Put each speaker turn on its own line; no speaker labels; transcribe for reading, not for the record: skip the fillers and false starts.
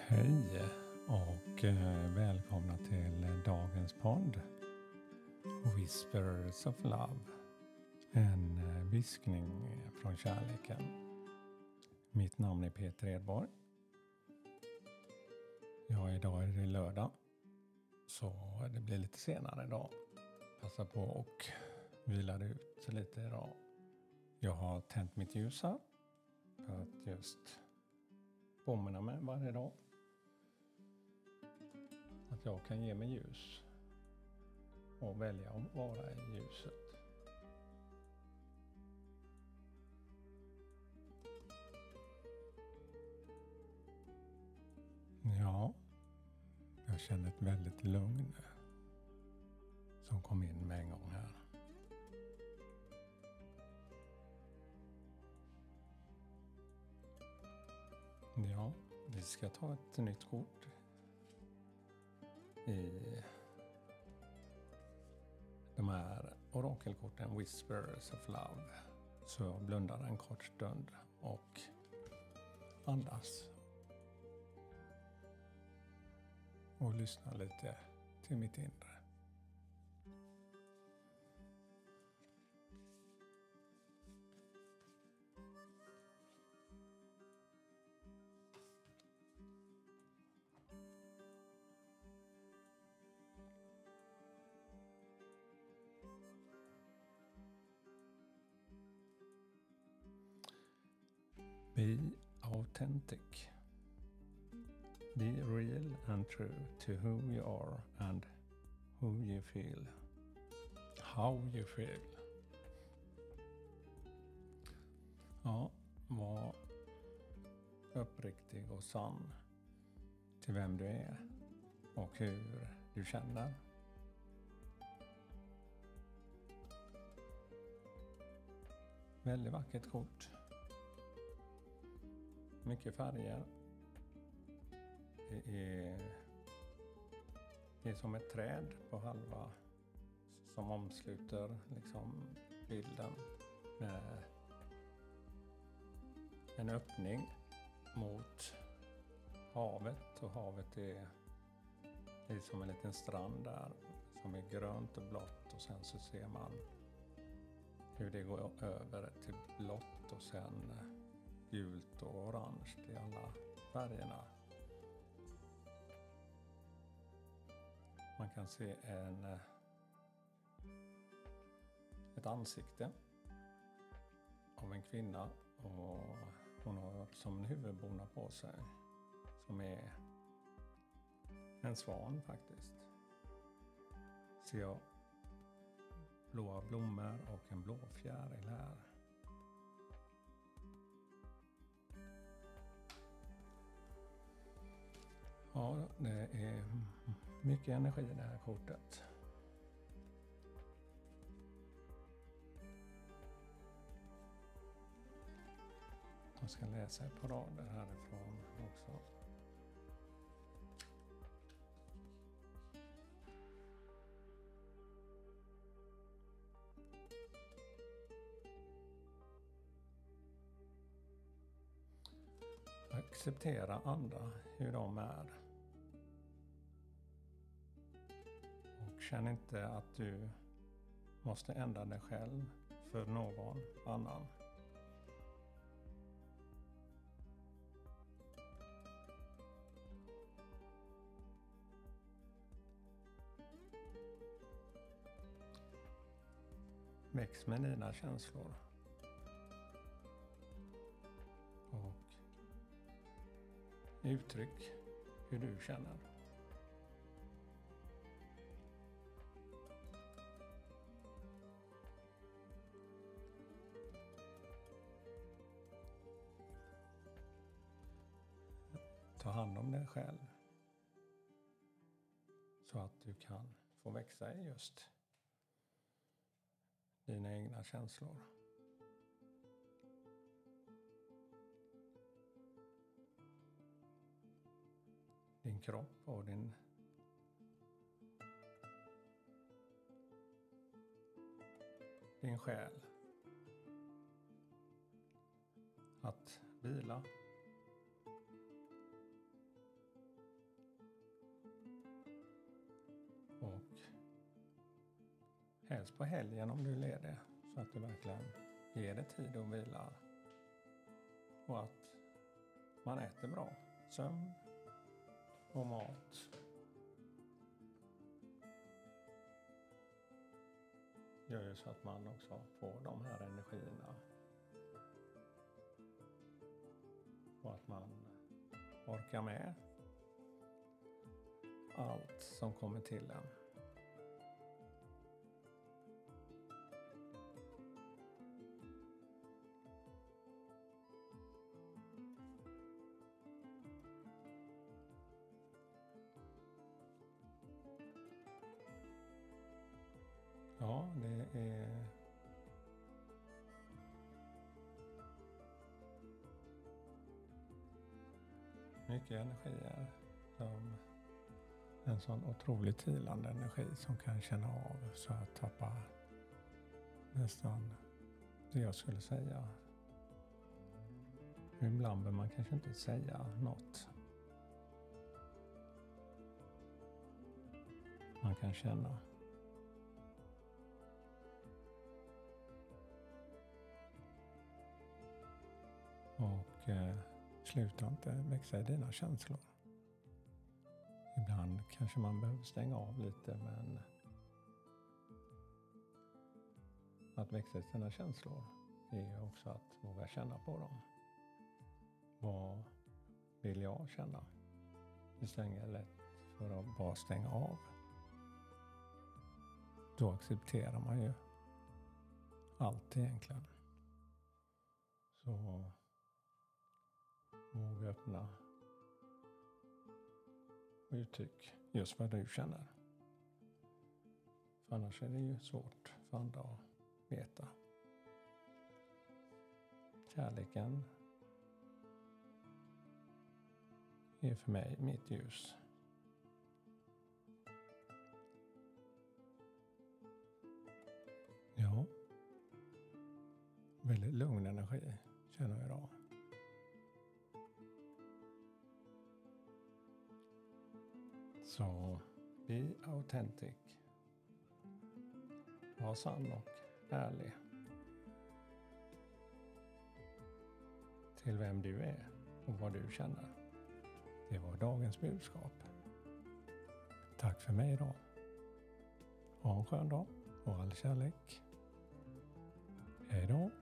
Hej och välkomna till dagens podd Whispers of Love. En viskning från kärleken. Mitt namn är Peter Edborg. Ja, idag är det lördag. Så det blir lite senare idag. Passa på och vila ut lite idag. Jag har tänt mitt ljus här. För att just påminna mig varje dag. Att jag kan ge mig ljus. Och välja att vara i ljuset. Ja, jag känner ett väldigt lugn som kom in med en gång här. Ja, vi ska ta ett nytt kort i de här orakelkorten Whispers of Love. Så jag blundar en kort stund och andas. Och lyssnar lite till mitt inre. Be authentic. Be real and true to who you are and who you feel. How you feel. Ja, var uppriktig och sann till vem du är och hur du känner. Väldigt vackert kort. Mycket färger. Det är som ett träd på halva som omsluter liksom bilden med en öppning mot havet, och havet är som en liten strand där som är grönt och blått, och sen så ser man hur det går över till blått och sen gult och orange i alla färgerna. Man kan se ett ansikte av en kvinna, och hon har som en huvudbona på sig som är en svan faktiskt. Ser jag blåa blommor och en blå fjäril här. Ja, det är mycket energi i det här kortet. Jag ska läsa ett par rader härifrån också. Acceptera andra hur de är. Och känn inte att du måste ändra dig själv för någon annan. Väx med dina känslor. Och uttryck hur du känner. Ta hand om dig själv. Så att du kan få växa i just dina egna känslor. Din kropp och din själ. Att vila helst på helgen om du är ledig, så att du verkligen ger dig tid och vilar. Och att man äter bra. Sömn och mat gör ju så att man också får de här energierna. Och att man orkar med allt som kommer till en. Ja, det är mycket energier, som en sån otroligt hilande energi som kan känna av så att tappa nästan det jag skulle säga. Ibland behöver man kanske inte säga något. Man kan känna. Och sluta inte växa i dina känslor. Ibland kanske man behöver stänga av lite, men att växa i sina känslor är också att våga känna på dem. Vad vill jag känna? Istället för att bara stänga av. Då accepterar man ju allt egentligen. Så våga öppna och uttryck just vad du känner. För annars är det ju svårt för andra att veta. Kärleken är för mig mitt ljus. Ja, väldigt lugn energi känner jag idag. Så be authentic. Var sann och ärlig. Till vem du är och vad du känner. Det var dagens budskap. Tack för mig idag. Ha en skön dag och all kärlek. Hej då.